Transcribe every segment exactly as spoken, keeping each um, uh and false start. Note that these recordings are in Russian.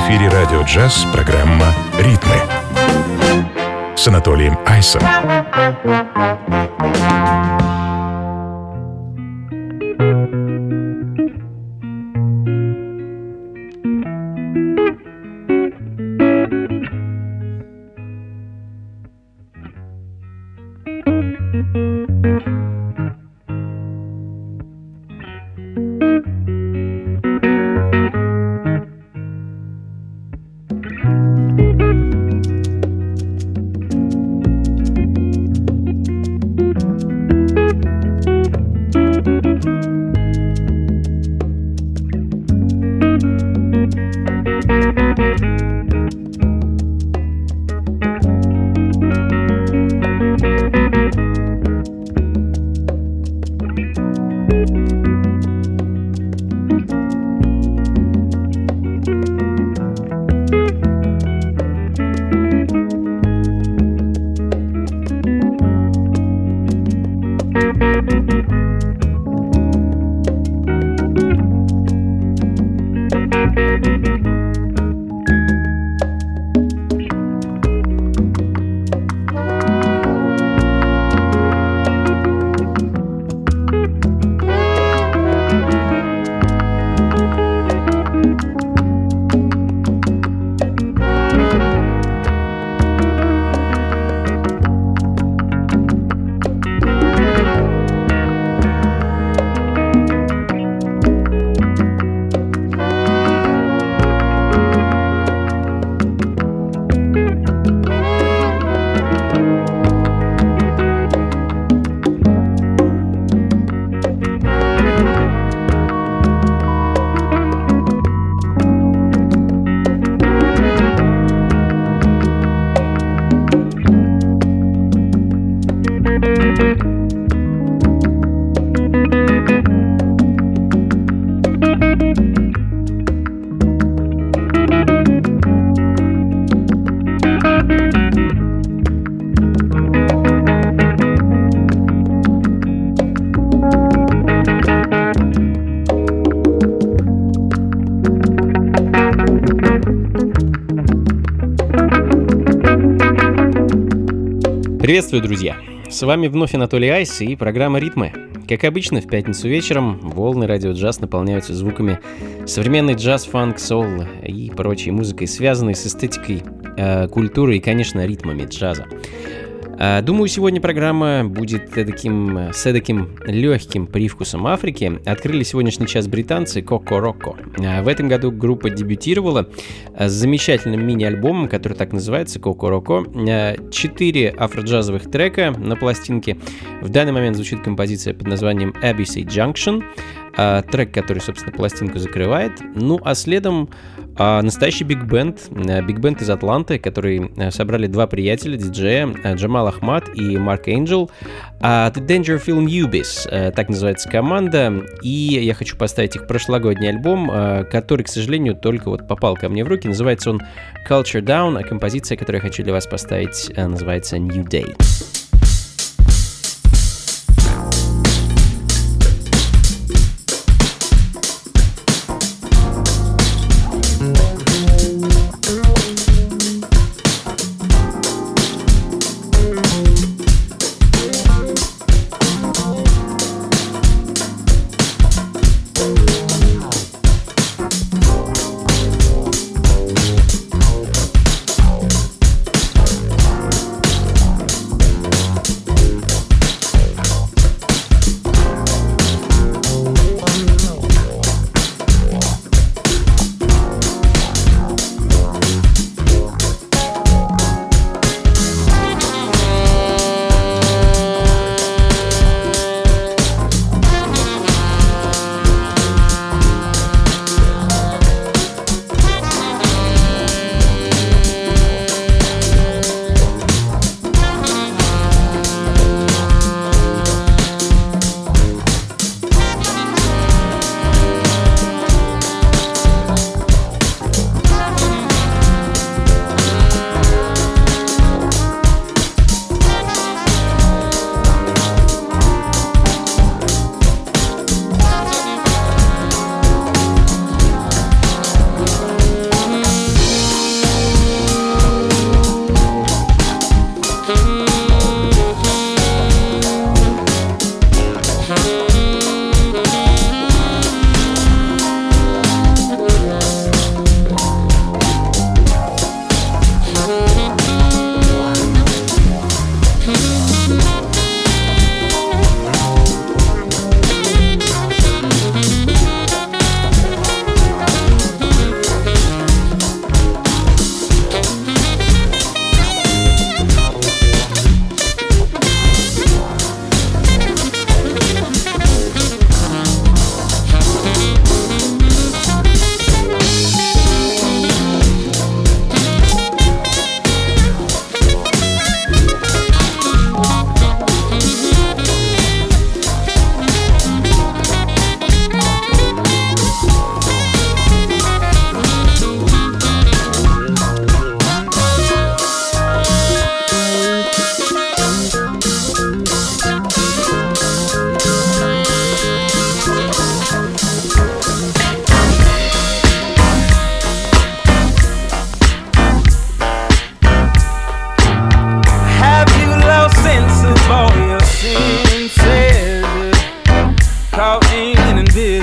эфире радио «Джаз» программа «Ритмы» с Анатолием Айсом. Приветствую, друзья! С вами вновь Анатолий Айс и программа «Ритмы». Как обычно, в пятницу вечером волны радио «Джаз» наполняются звуками современной джаз, фанк, соул и прочей музыкой, связанной с эстетикой, э, культурой и, конечно, ритмами джаза. Думаю, сегодня программа будет эдаким, с эдаким легким привкусом Африки. Открыли сегодняшний час британцы Коко Роко. В этом году группа дебютировала с замечательным мини-альбомом, который так называется, Коко Роко. Четыре афроджазовых трека на пластинке. В данный момент звучит композиция под названием Abyssey Junction. Трек, который, собственно, пластинку закрывает. Ну, а следом а, настоящий биг-бенд, биг-бенд из Атланты, который собрали два приятеля, диджея, Джамал Ахмад и Марк Энджел. Uh, The Danger Film Ubis, uh, так называется команда, и я хочу поставить их прошлогодний альбом, uh, который, к сожалению, только вот попал ко мне в руки. Называется он Culture Down, а композиция, которую я хочу для вас поставить, uh, называется New Day.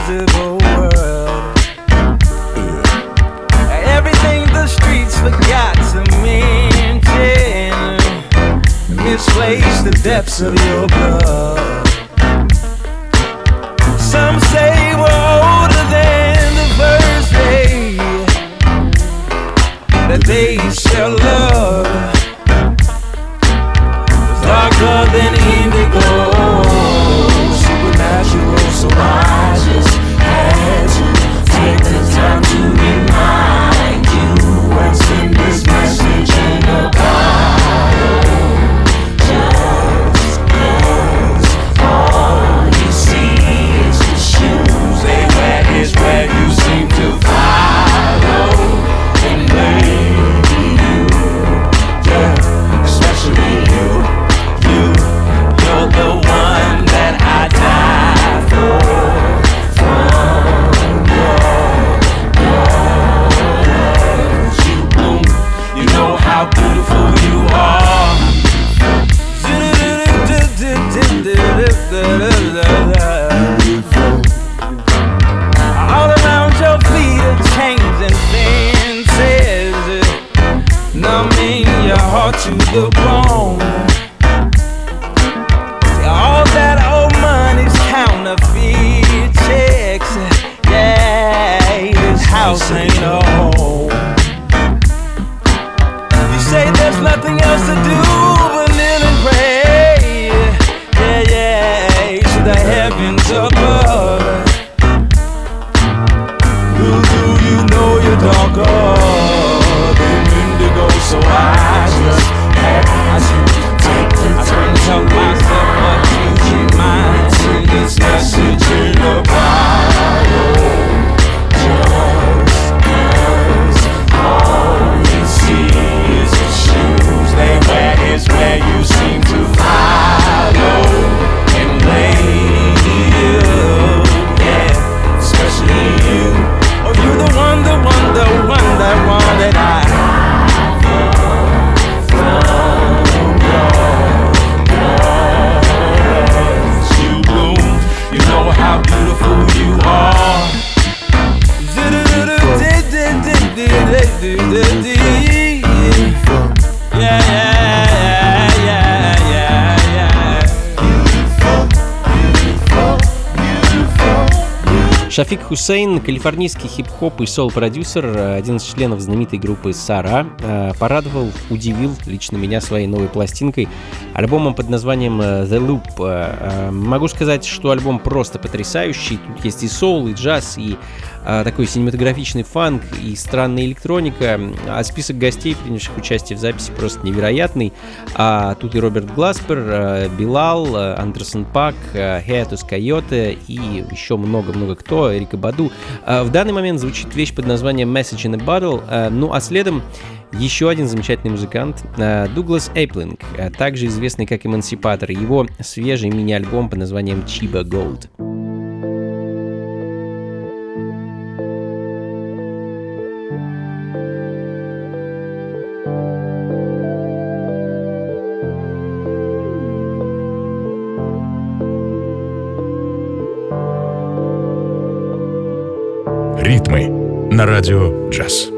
invisible world. Yeah. Everything the streets forgot to mention, misplace the depths of your blood. Some say we're older than the first day that they shall love. Darker than indigo, supernatural, so I just had to take the time to remind you and send this message in a bottle. Just cause all you see is the shoes they wear is where you seem to follow. And maybe you, yeah, especially you, you, you're the one that I die for. From your, you bloom, you know how beautiful you are. All around your feet are chains and fences, numbing your heart to the bone. All that old money's counterfeit checks. Yeah, this house ain't a home. You say there's nothing else to do but kneel and pray. Yeah, yeah, to the heavens above. Little do you know you're darker than indigo, so I just had to take the time to tell myself what you remind me. This message in a bottle. Just cause all you see is the shoes they wear is where you seem to follow and live. Yeah, especially you. Oh, you're the one, the one, the one, the one that I how beautiful you are. Yeah, yeah, yeah, yeah, yeah. Beautiful, beautiful, beautiful. Шафик Хусейн, калифорнийский хип-хоп и сол-продюсер, один из членов знаменитой группы Сара, порадовал, удивил лично меня своей новой пластинкой, альбомом под названием The Loop. Могу сказать, что альбом просто потрясающий. Тут есть и соул, и джаз, и такой синематографичный фанк, и странная электроника. А список гостей, принявших участие в записи, просто невероятный. А тут и Роберт Гласпер, Билал, Андерсон Пак, Хеатус Койоте и еще много-много кто, Эрика Баду. В данный момент звучит вещь под названием Message in a Bottle. Ну а следом еще один замечательный музыкант, Дуглас Эйплинг, также известный как Эмансипатор. Его свежий мини-альбом под названием Chiba Gold. Ритмы на радио «Джаз».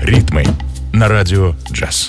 «Ритмы» на радио «Джаз».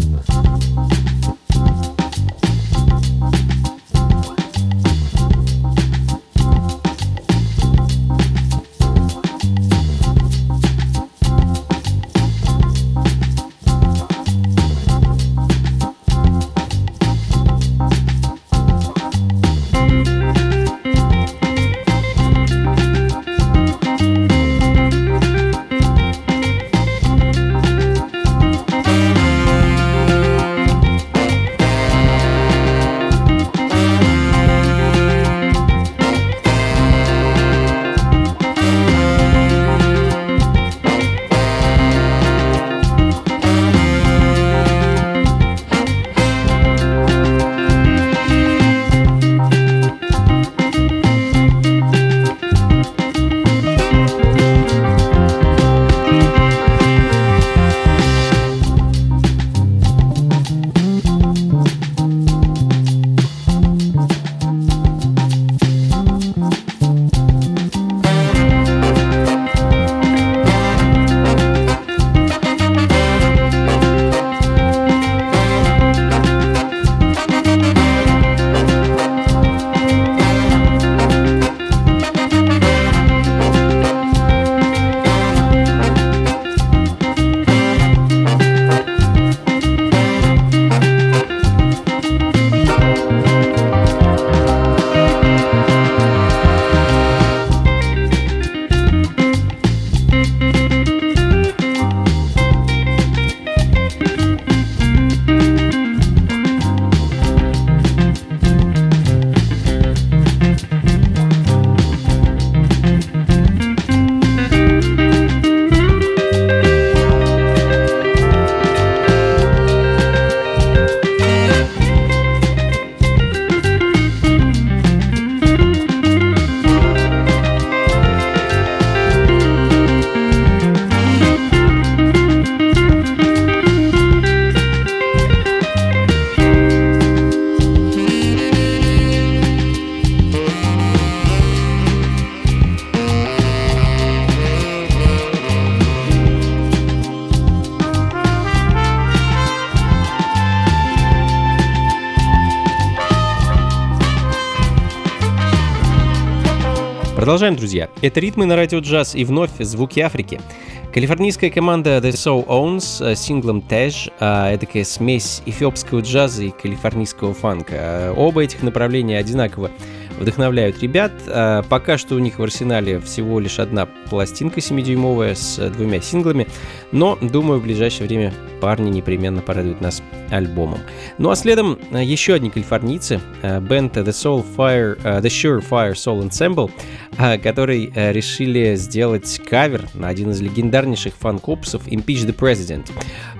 Продолжаем, друзья. Это «Ритмы» на радио «Джаз» и вновь звуки Африки. Калифорнийская команда The Soul Owns с синглом Tej, эдакая смесь эфиопского джаза и калифорнийского фанка. Оба этих направления одинаково вдохновляют ребят. Пока что у них в арсенале всего лишь одна пластинка семидюймовая с двумя синглами, но, думаю, в ближайшее время парни непременно порадуют нас альбомом. Ну а следом еще одни калифорнийцы, бенд The Soul Fire, The Sure Fire Soul Ensemble, которые решили сделать кавер на один из легендарнейших фанк-опусов Impeach the President.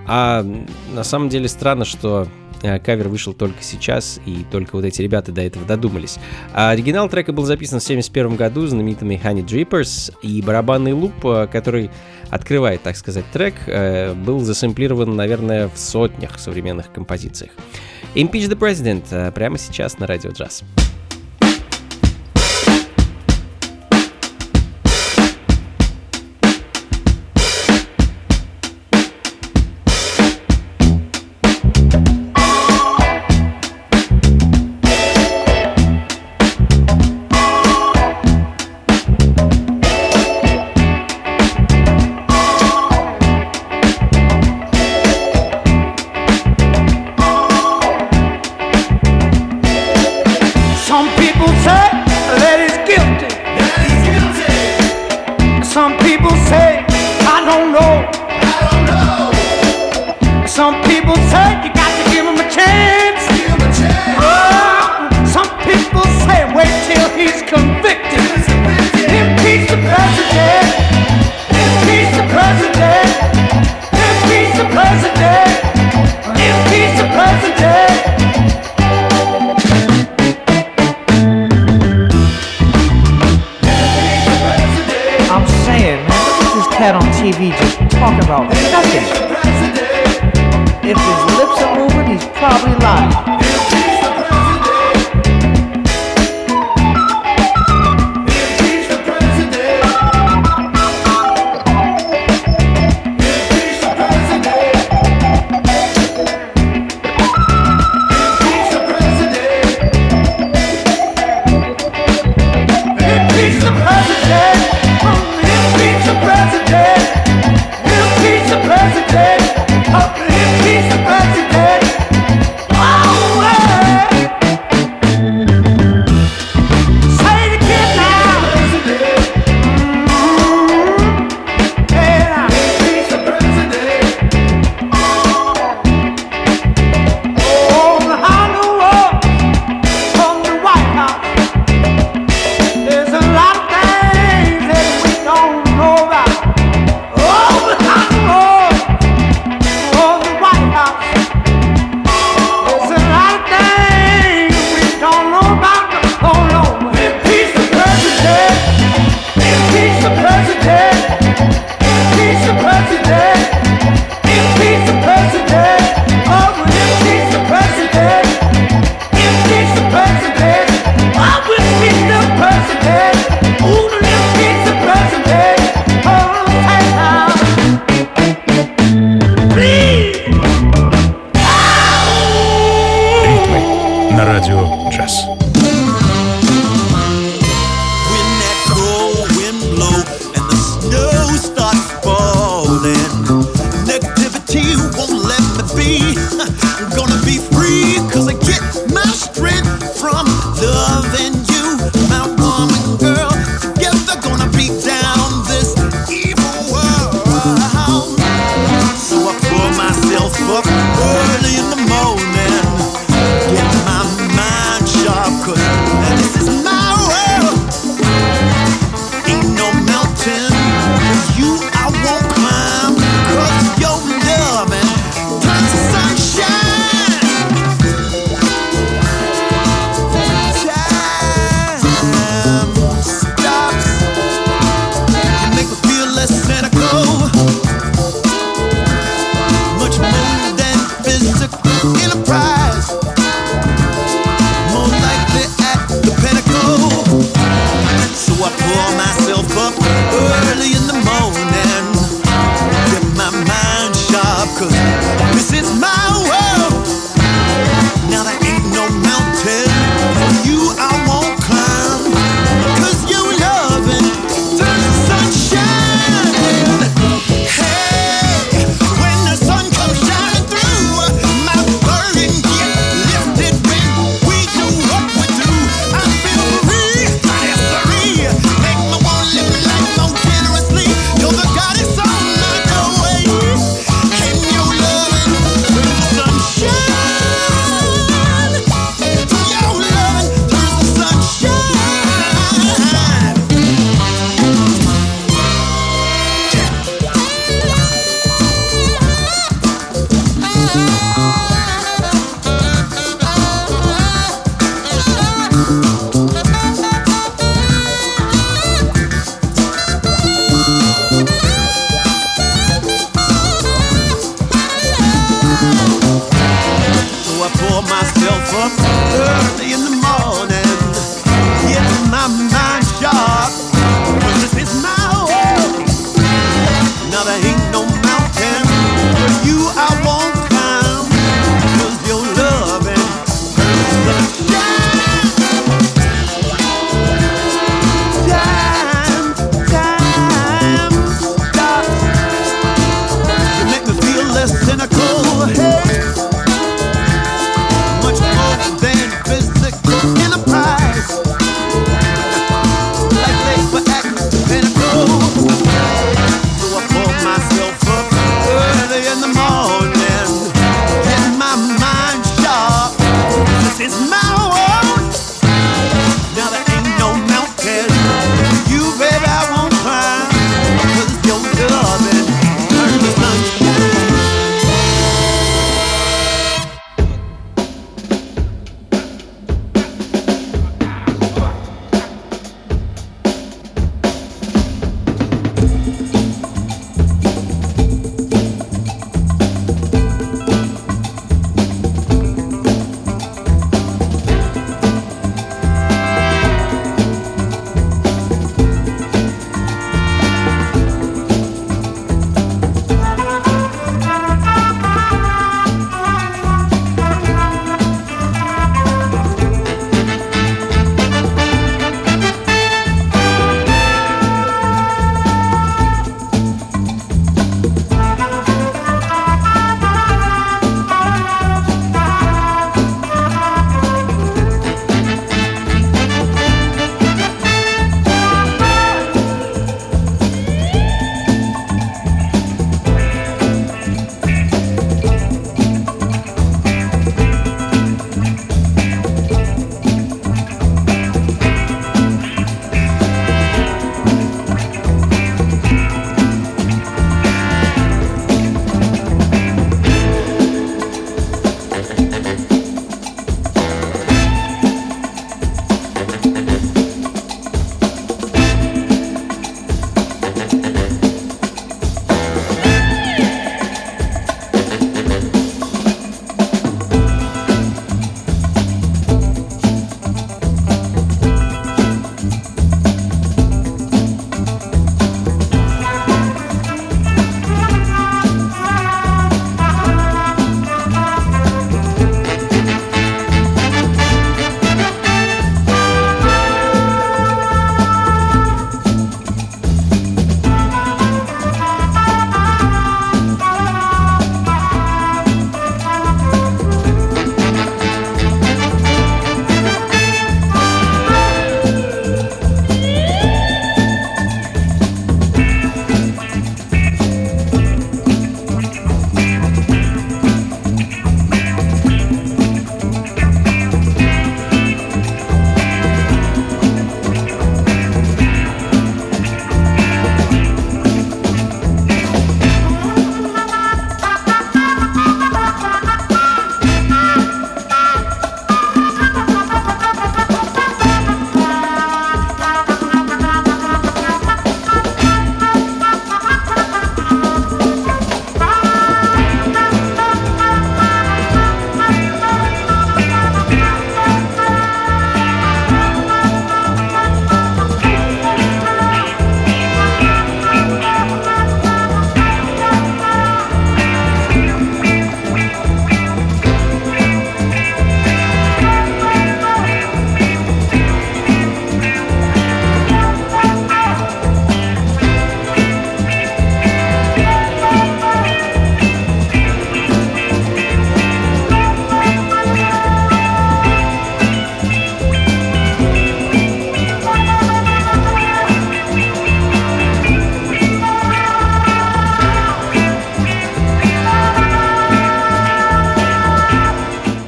А на самом деле странно, что кавер вышел только сейчас, и только вот эти ребята до этого додумались. А оригинал трека был записан в семьдесят первом году знаменитыми Honey Drippers, и барабанный луп, который открывает, так сказать, трек, был засэмплирован, наверное, в сотнях современных композициях. Impeach the President прямо сейчас на радио «Джаз».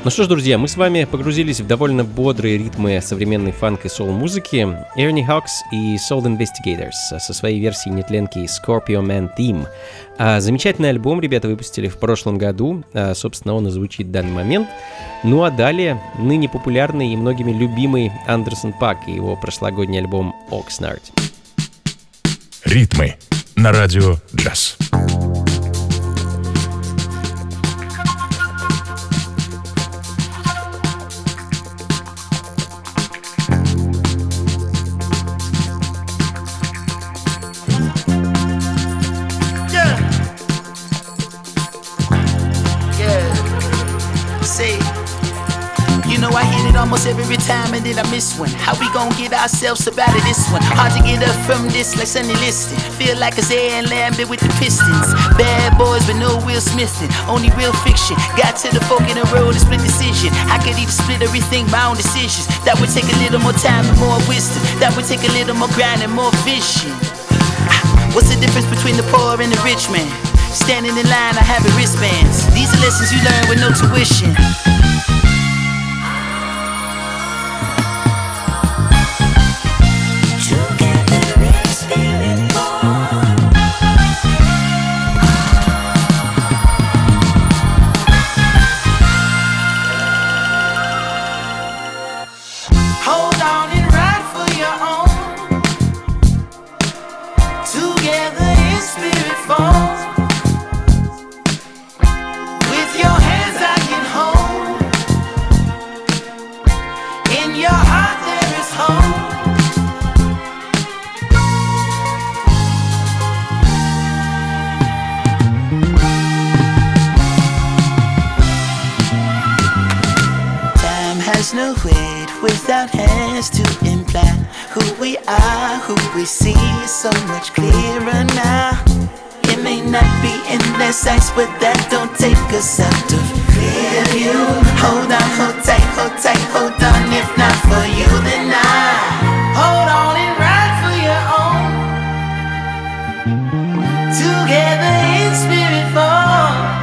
Ну что ж, друзья, мы с вами погрузились в довольно бодрые ритмы современной фанк и соул-музыки. Ernie Hawks и Soul Investigators со своей версией нетленки Scorpio Man Theme. А, замечательный альбом ребята выпустили в прошлом году, а, собственно, он и звучит в данный момент. Ну а далее ныне популярный и многими любимый Андерсон Пак и его прошлогодний альбом Oxnard. Ритмы на радио джаз. Almost every time and then I miss one. How we gon' get ourselves up out of this one? Hard to get up from this like Sonny Liston. Feel like a Zayn Lambert with the Pistons. Bad boys but no Will Smithin'. Only real fiction. Got to the fork in the road, a split decision. I could either split or rethink my own decisions. That would take a little more time and more wisdom. That would take a little more grind and more vision. What's the difference between the poor and the rich man? Standing in line, I have wristbands. These are lessons you learn with no tuition. No weight without hands to imply who we are, who we see is so much clearer now. It may not be in their sights, but that don't take us out of clear view. Hold on, hold tight, hold tight, hold on. If not for you, then I hold on and ride for your own. Together in spirit form.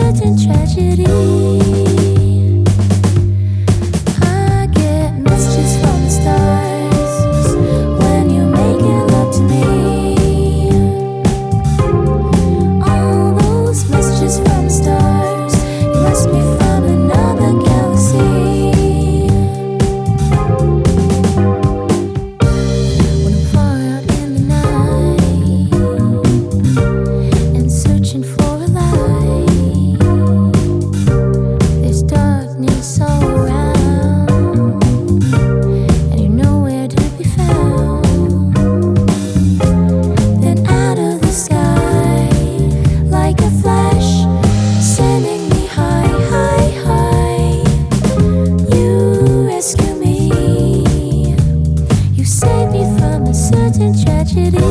certain tragedy. I get messages from the stars when you're making love to me. All those messages from the stars, you must be from another galaxy. When I'm far out in the night and searching for a light, there's darkness all around and you're nowhere to be found. Then out of the sky, like a flash, sending me high, high, high, you rescue me. You save me from a certain tragedy.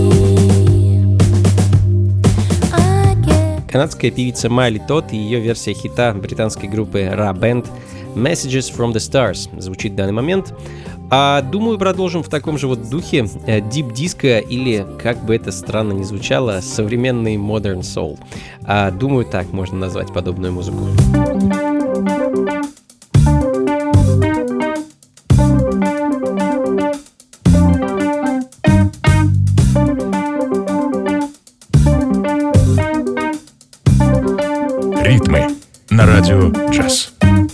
I get Канадская певица Майли Тодд и ее версия хита британской группы Ra Band «Messages from the Stars» звучит в данный момент. А думаю, продолжим в таком же вот духе дип-диско или, как бы это странно ни звучало, современный Modern Soul. А, думаю, так можно назвать подобную музыку. Ритмы на радио джаз.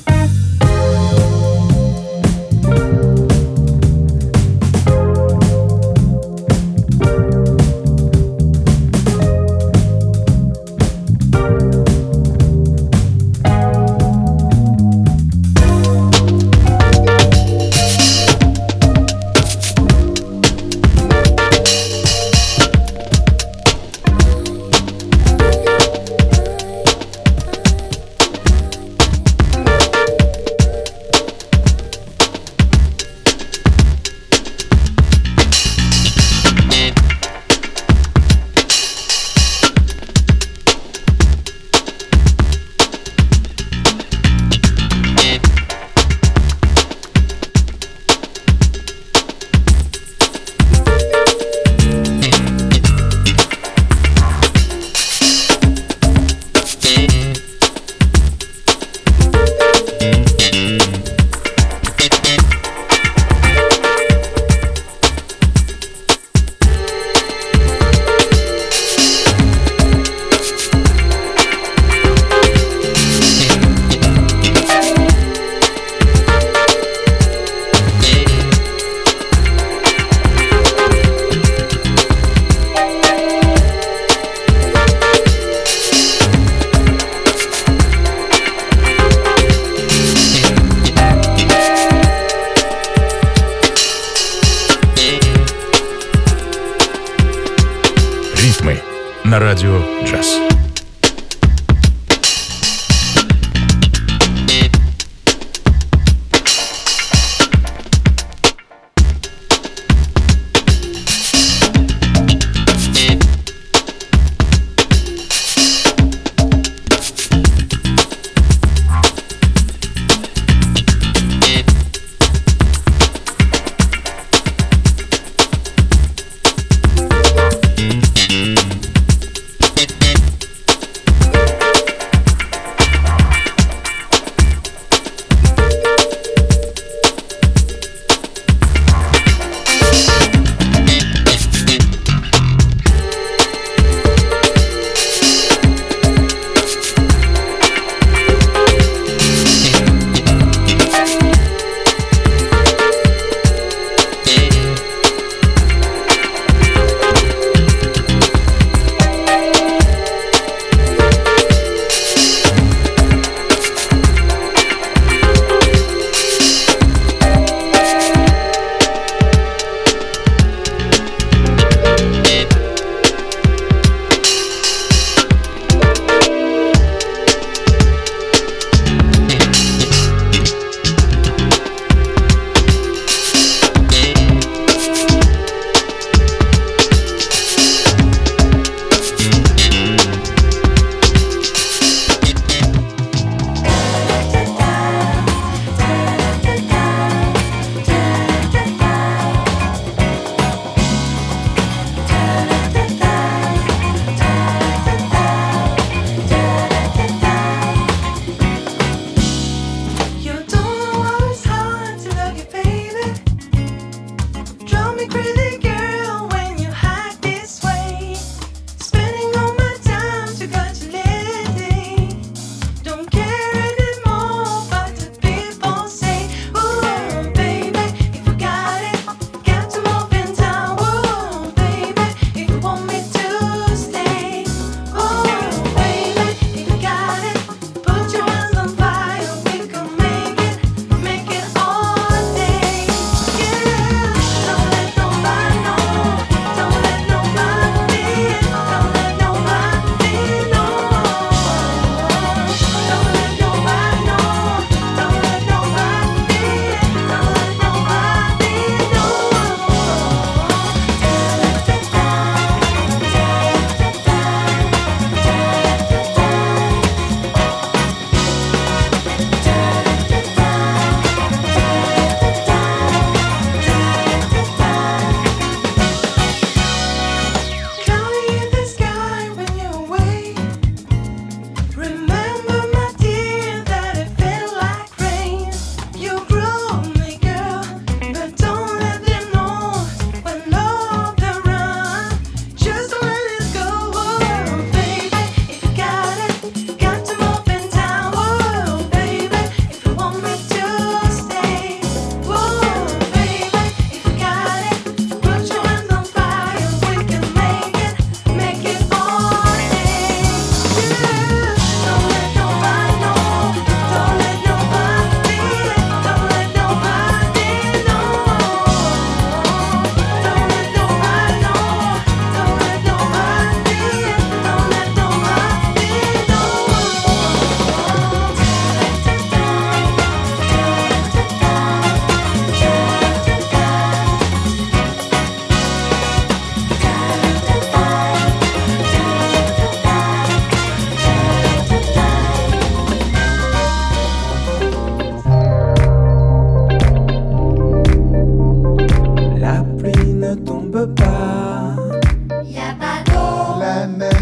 Ритмы на радио джаз.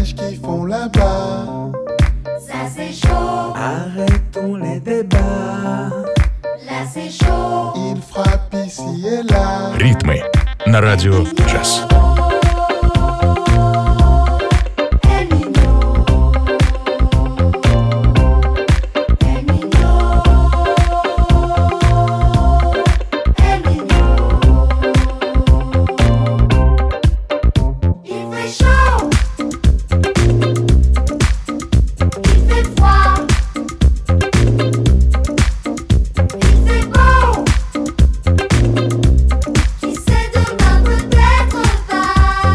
neige qui font là-bas. Ça c'est chaud, Arrêtons les débats. là c'est chaud. Il frappe ici et là. Ритмы на радио «Джаз». El Niño, El Niño, El Niño. Il fait chaud, il fait froid, il fait beau. Qui sait demain peut-être pas.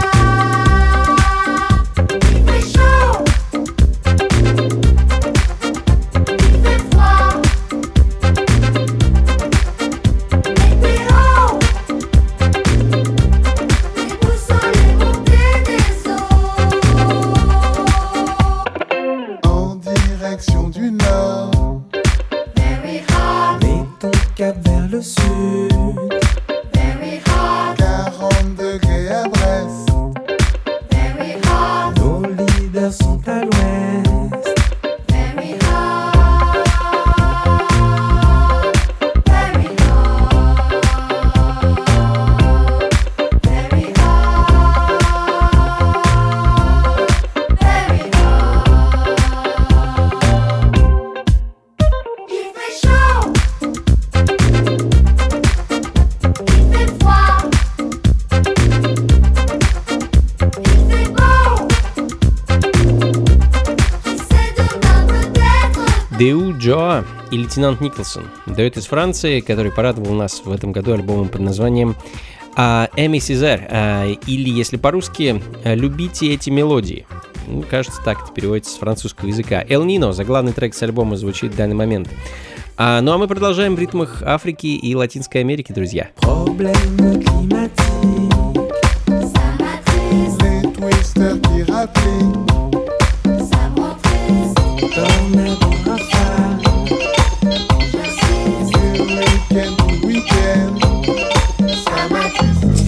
Il fait chaud, il fait froid. Météo, déboussole les montées des eaux. En direction du nord. Very hot, Mets ton cap vers le sud. very hot, quarante degrés à Brest. very hot, Nos leaders sont à l'ouest. very hot, very hot, very hot, very hot. Il fait chaud, il fait froid, il fait beau. Qui sait demain peut-être. Деу Джоа и лейтенант Николсон. Дуэт из Франции, который порадовал нас в этом году альбомом под названием а, «Эми Сезар», а, или, если по-русски, «Любите эти мелодии». Ну, кажется, так это переводится с французского языка. «Эл Нино» — заглавный трек с альбома звучит в данный момент. А, ну а мы продолжаем в ритмах Африки и Латинской Америки, друзья. Problème climatique. Ça m'attriste, Les twisters qui rappliquent. ça me rend triste, Tornado rafale. j'insiste. Du week-end au week-end. Ça m'attriste.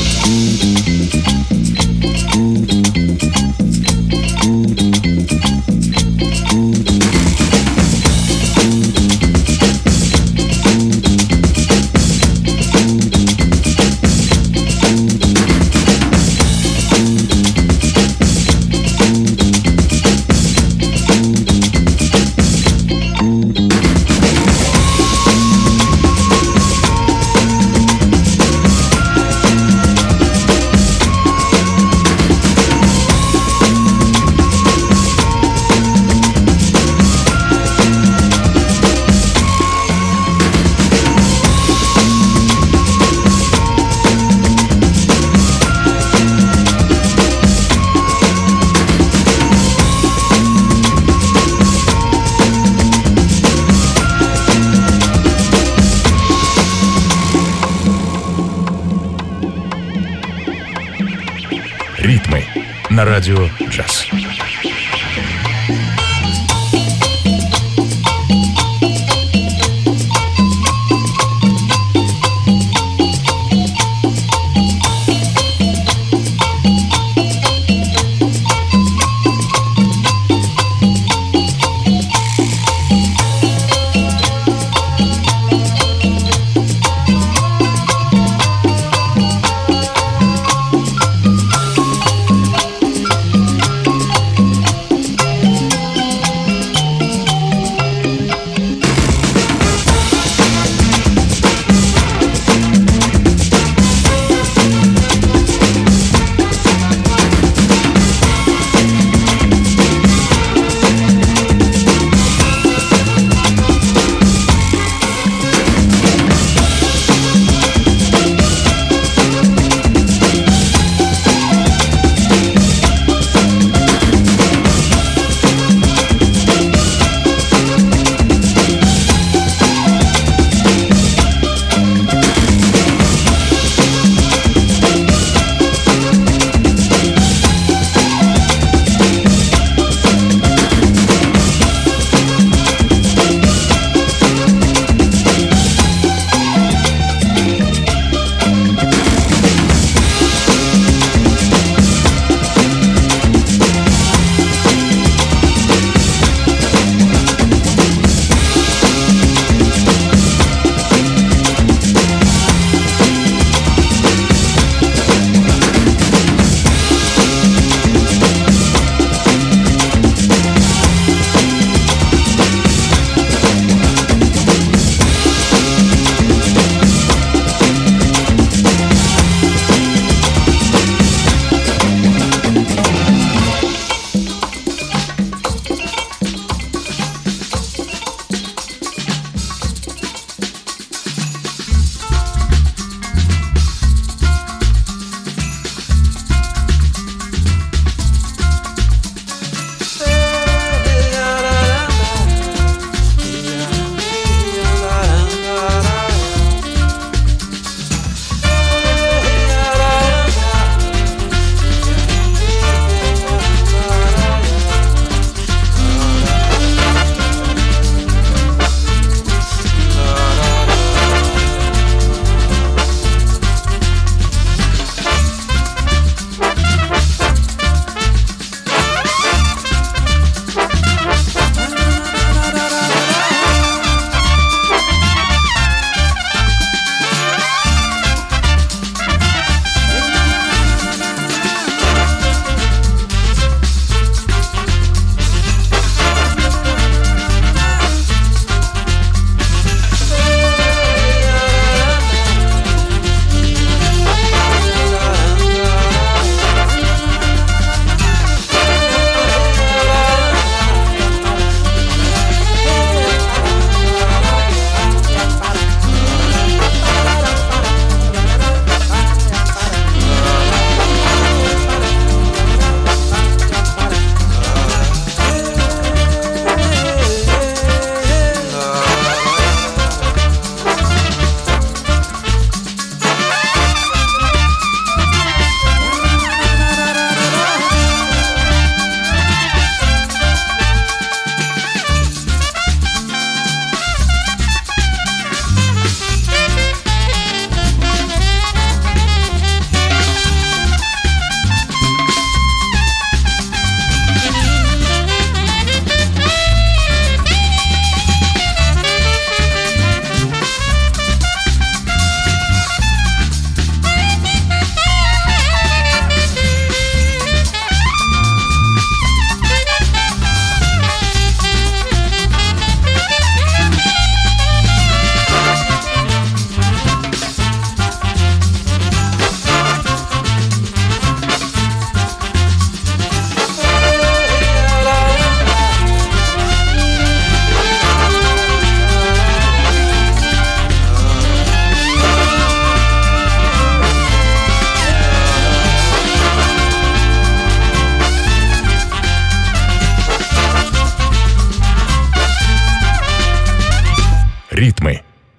Ритмы на радио «Джаз».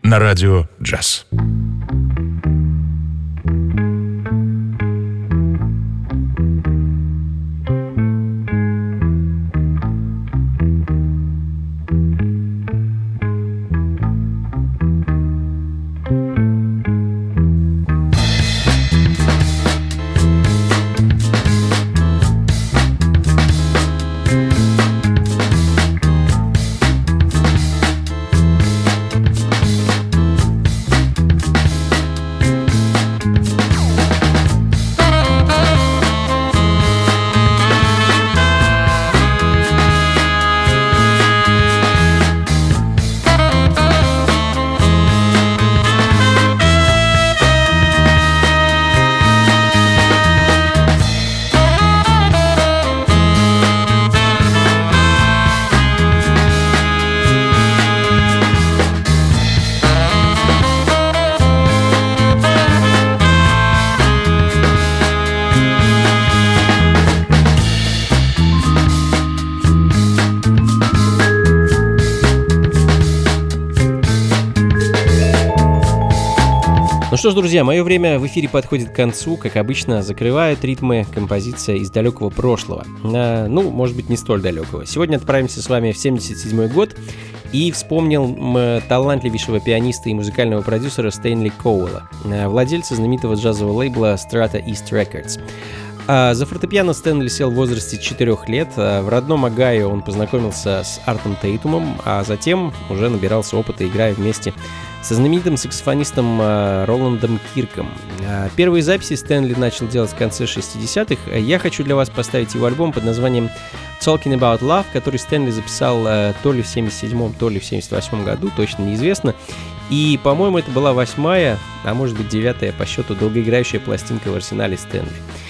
на радио «Джаз». Ну что ж, друзья, мое время в эфире подходит к концу. Как обычно, закрывают ритмы композиция из далекого прошлого. А, ну, может быть, не столь далекого. Сегодня отправимся с вами в семьдесят седьмой год и вспомнил талантливейшего пианиста и музыкального продюсера Стэнли Коуэлла, владельца знаменитого джазового лейбла Strata East Records. А за фортепиано Стэнли сел в возрасте четырёх лет. В родном Огайо он познакомился с Артом Тейтумом, а затем уже набирался опыта, играя вместе со знаменитым саксофонистом Роландом Кирком. Первые записи Стэнли начал делать в конце шестидесятых. Я хочу для вас поставить его альбом под названием Talking About Love, который Стэнли записал то ли в семьдесят седьмом, то ли в семьдесят восьмом году, точно неизвестно. И, по-моему, это была восьмая, а может быть девятая по счету долгоиграющая пластинка в арсенале Стэнли.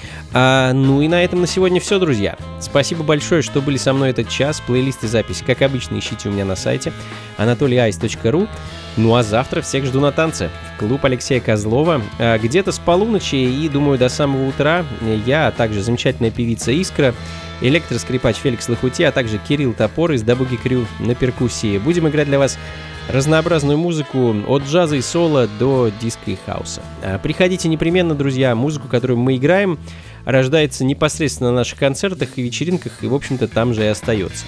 А, ну и на этом на сегодня все, друзья. Спасибо большое, что были со мной этот час. Плейлист и запись, как обычно, ищите у меня на сайте анатолий айс точка ру. Ну а завтра всех жду на танце в клуб Алексея Козлова. А, где-то с полуночи и, думаю, до самого утра я, а также замечательная певица Искра, электроскрипач Феликс Лохути, а также Кирилл Топор из Дабуги Крю на перкуссии. Будем играть для вас разнообразную музыку от джаза и соло до диска и хауса. А, приходите непременно, друзья. Музыку, которую мы играем, рождается непосредственно на наших концертах и вечеринках, и, в общем-то, там же и остается.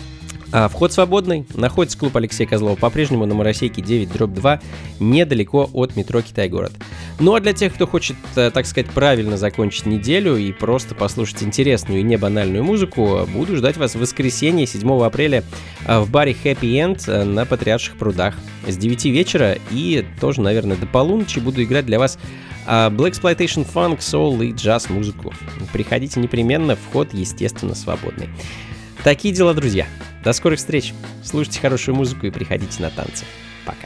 А вход свободный. Находится клуб Алексея Козлова по-прежнему на Моросейке девять дробь два, недалеко от метро Китай-город. Ну а для тех, кто хочет, так сказать, правильно закончить неделю и просто послушать интересную и не банальную музыку, буду ждать вас в воскресенье, седьмого апреля, в баре Happy End на Патриарших прудах с девяти вечера, и тоже, наверное, до полуночи буду играть для вас Blaxploitation, фанк, soul и джаз-музыку. Приходите непременно, вход, естественно, свободный. Такие дела, друзья. До скорых встреч. Слушайте хорошую музыку и приходите на танцы. Пока.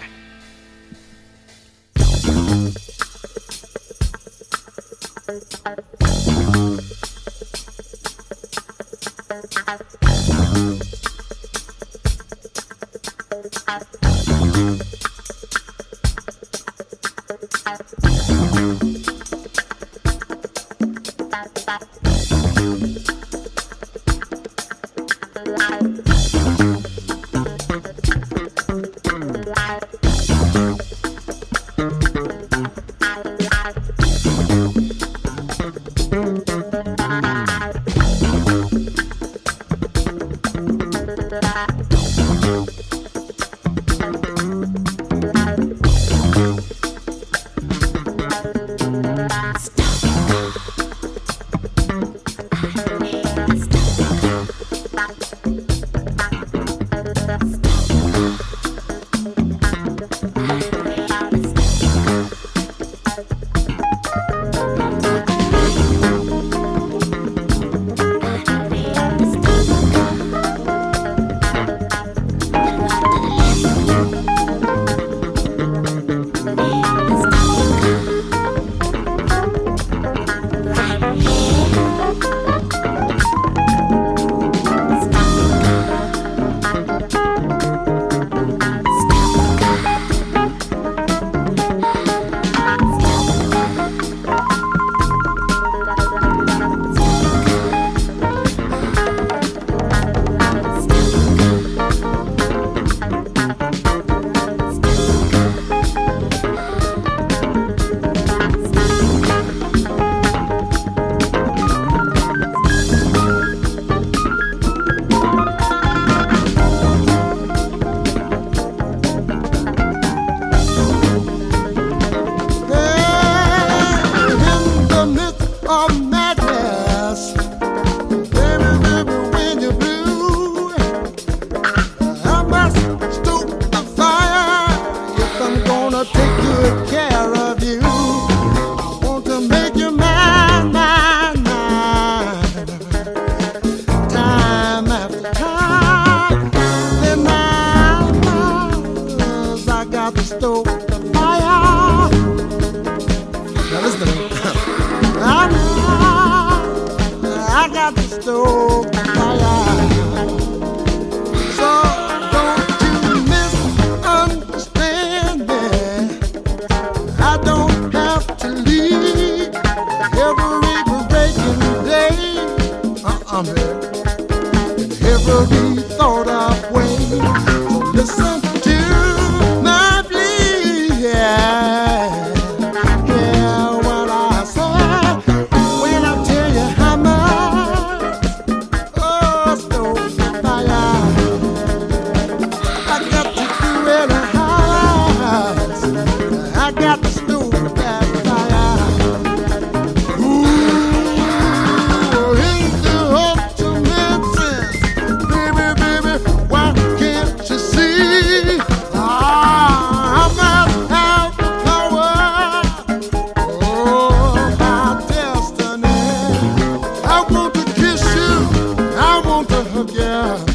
stove fire. So don't you misunderstand me. I don't have to leave every breaking day. Uh-uh, man. Every thought of way. Listen to my plea. Yeah, yeah, what I say when I tell you how much. Oh, stove fire. I got to do it hard. I got to stove that fire. Ooh, it's the ultimate sense. Baby, baby, why can't you see? Ah, I'm out, out power. Oh, my destiny. I want to kiss you. I want to hug you.